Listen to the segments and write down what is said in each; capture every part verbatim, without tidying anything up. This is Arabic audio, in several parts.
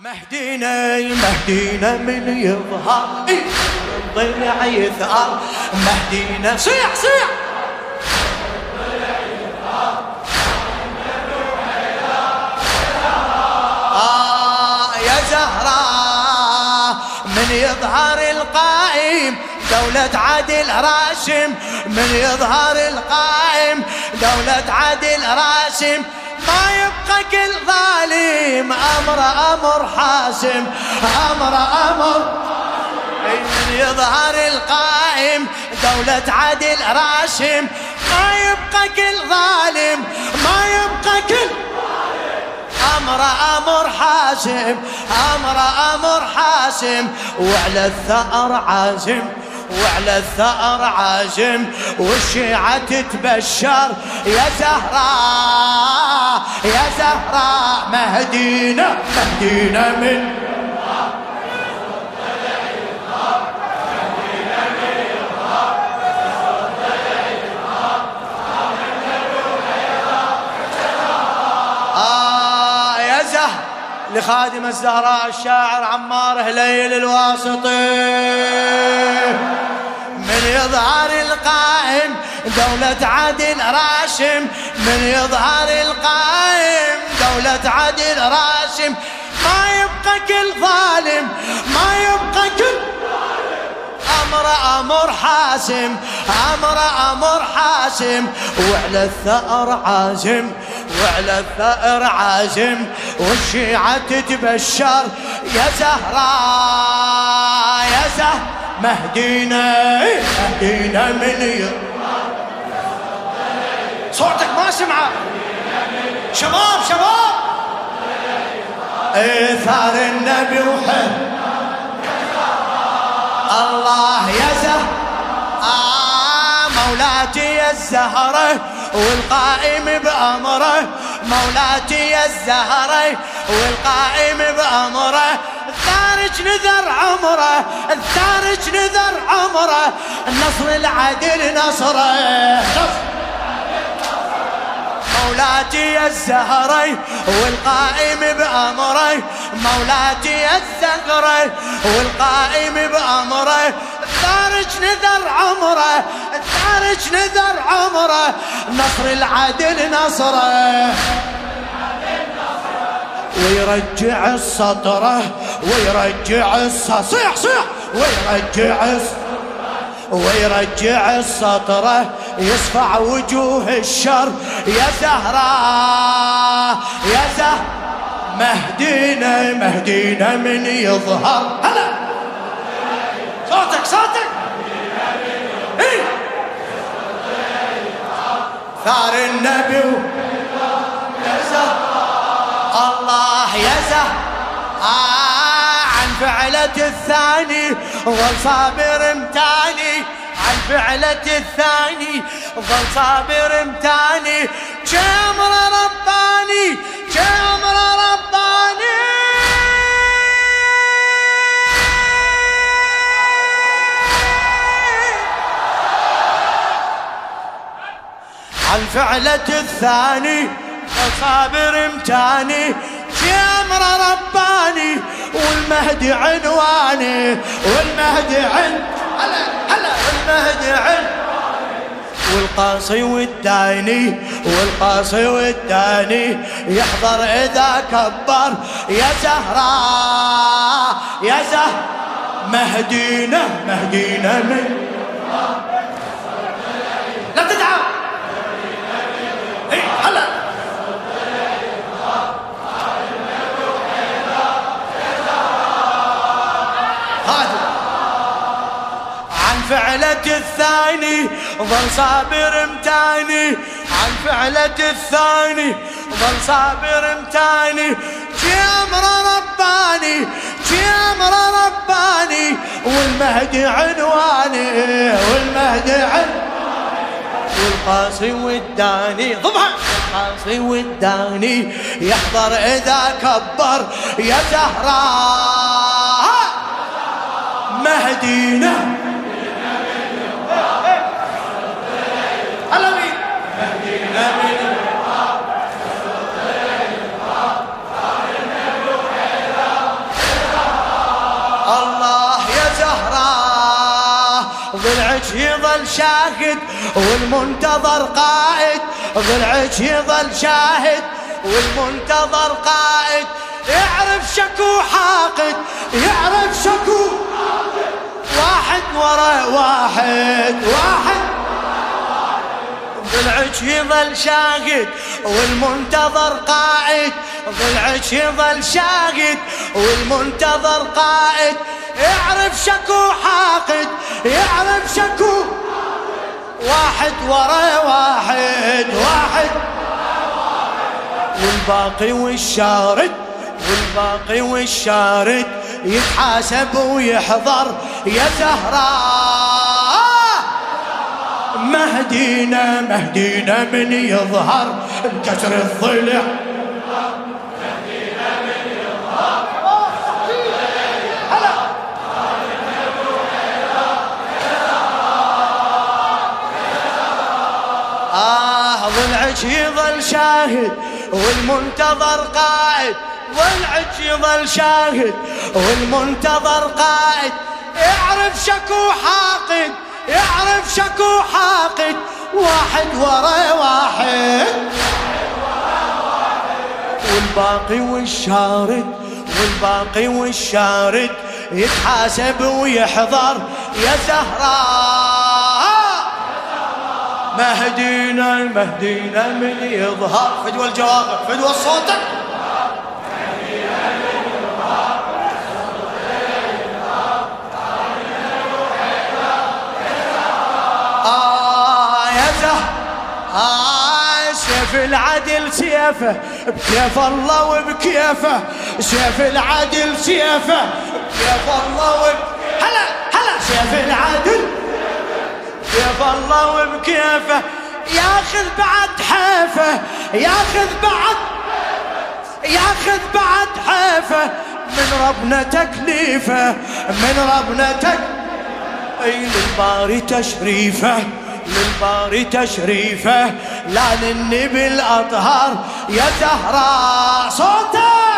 مهدينا مهدينا من يظهر الضلع يثار مهدينا صيح صيح آه يا زهراء من يظهر القائم دولة عادل راشم من يظهر القائم دولة عادل راشم ما يبقى كل ظالم أمر أمر حاسم أمر أمر من يظهر القائم دولة عادل راشم ما يبقى كل ظالم ما يبقى كل أمر أمر حاسم أمر أمر حاسم وعلى الثأر عازم وعلى الثأر عازم والشيعة تتبشر يا زهراء يا زهراء مهدينا مهدينا من آه يا زهر لخادم الزهراء الشاعر عمار هليل الواسطي من يظهر القائم دولة عادل راشم من يظهر القائم دولة عادل راشم ما يبقى كل ظالم ما يبقى كل أمر أمر حاسم أمر أمر حاسم وعلى الثأر عازم وعلى الثأر عازم والشيعة تتبشر يا زهراء يا زهر مهدينا مهدينا من يظهر صوتك ما سمعه شباب شباب إثار النبي وحب الله يا زهر آه مولاتي يا الزهرة والقائم بأمره مولاتي يا الزهرة والقائم بأمره الثارج نذر عمره الثارج نذر عمره النصر العدل نصره مولاتي يا الزهرة والقائم بأمره مولاتي يا الزهرة والقائم بأمره الثارج نذر عمره الثارج نذر عمره نصر العدل نصره ويرجع السطره ويرجع السطره صيح صيح ويرجع السطره ويرجع السطره يصفع وجوه الشر يا زهراء يا زهر مهدينا مهدينا من يظهر هلا صوتك صوتك إيه؟ ثار النبي يا زهر الله يا زهر آه عن فعلة الثاني ظل صابر امتاني عن فعلة الثاني ظل صابر امتاني جمر رباني جمر رباني عن فعلة الثاني ظل صابر امتاني جمر رباني والمهدي عنواني والمهدي عن هلا هلا والمهدي عن والقاصي والداني والقاصي والداني يحضر إذا كبر يا زهراء يا زهر مهدينا مهدينا من لا تدعم هلا فعلة الثاني ظل صابر امتاني عن فعلة الثاني ظل صابر امتاني جمر رباني جمر رباني والمهدي عنواني والمهدي عنواني والقاصي والداني ضبها القاصي والداني يحضر إذا كبر يا زهراء مهدينا ضلعك يظل شاهد والمنتظر قائد، ضلعك يظل شاهد والمنتظر قائد، يعرف شكو حاقد، يعرف شكو واحد ورا واحد، واحد ضلعك يظل شاهد والمنتظر قائد، ضلعك يظل شاهد والمنتظر قائد، يعرف شكو حاقد، يعرف شكو واحد ورا واحد، واحد والباقي والشارد، والباقي والشارد يتحاسب ويحضر يا زهراء. مهدينا مهدينا من يظهر انكسر الضلع، مهدينا من يظهر هلا آه ضلعك يظل شاهد والمنتظر قائد، ضلعك يظل شاهد والمنتظر قائد، يعرف شكو حاقد، يعرف شكو حاقد، واحد ورا واحد والباقي والشارد، والباقي والشارد يتحاسب ويحضر يا زهراء. مهدينا مهدينا من يظهر فدوى الجواب فدوى صوتك، آه سيف العدل سيفه بكيف الله وبكيفه، سيف العدل سيفه بكيف الله وب هلا هلا سيف العدل كيف الله وبكيفه، ياخذ بعد حيفه، ياخذ بعد ياخذ بعد حيفه، من ربنا تكليفه، من ربنا تك اي للباري تشريفه، للباري تشريفه، لا للنبي الأطهر يا زهراء. صوتك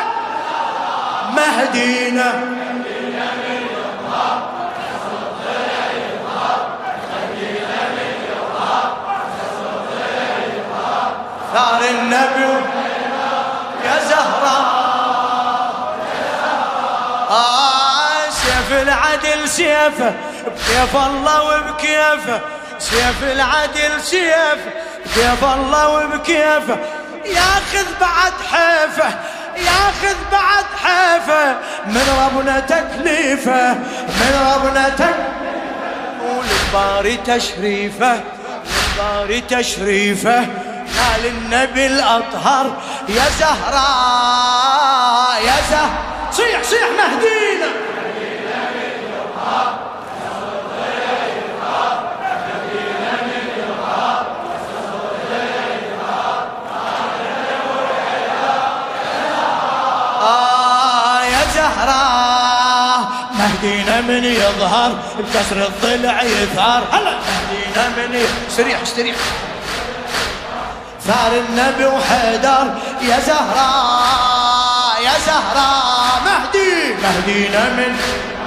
مهدينا مهدينا من يظهر الضلع يظهر، مهدينا من يظهر الضلع يظهر، ثار النبي يا زهراء. آه سيف العدل سيفه بكيف الله وبكيفه، سيف العدل سيف كيف الله وبكيفه، ياخذ بعد حيفه، ياخذ بعد حيفه، من ربنا تكليفه، من ربنا تكليفه، وللباري تشريفه، للباري تشريفه، لا للنبي الأطهر يا زهراء يا زهر. صيح صيح مهدينا مهدينا من يظهر بكسر الضلع يثار، هلا مهدينا من سريع استريح، ثار النبي وحيدر يا زهراء يا زهراء. مهدي مهدينا من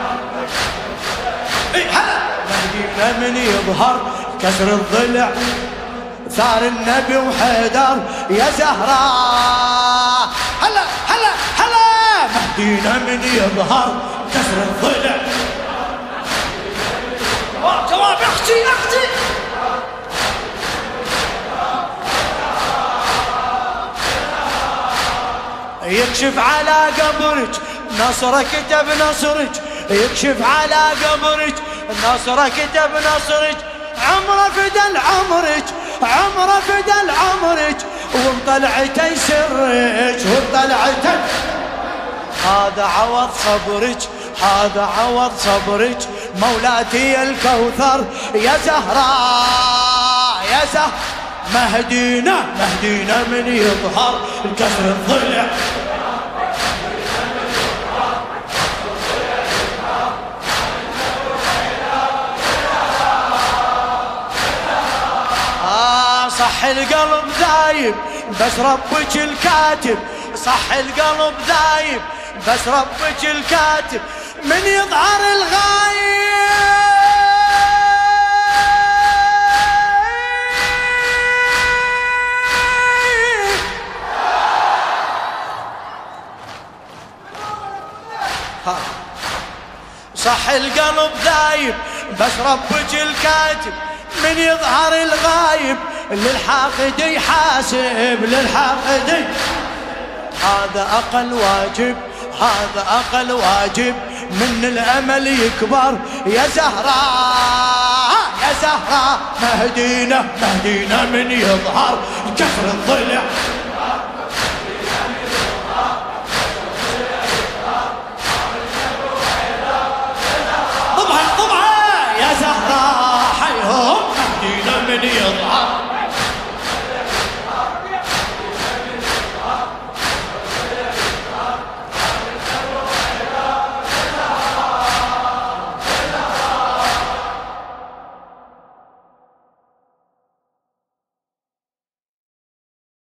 اي هلا مهدينا من يظهر كسر الضلع، ثار النبي وحيدر يا زهراء. هلا هلا هلا مهدينا من يظهر كسر الضلع. جواب اختي اختي يكشف على قبرك نصرك كتب نصرك، يكشف على قبرك نصرك كتب نصرك، عمره فدى عمرك، عمره فدى عمرك، وبطلعته يسرك وبطلعته، هذا عوض صبرك، هذا عوض صبرك، مولاتي الكوثر يا زهراء يا زهر. مهدينا مهدينا من يظهر الكسر الضلع، آه صح القلب ذايب بس ربك الكاتب، صح القلب ذايب بس ربك الكاتب، من يظهر الغايب صح القلب ذايب بس ربك الكاتب من يظهر الغايب للحاقد يحاسب للحاقد. هذا أقل واجب هذا أقل واجب من الأمل يكبر يا زهراء يا زهراء مهدينا مهدينا من يظهر كفر الضلع. ضبها ضبها يا زهراء حيهم مهدينا من يظهر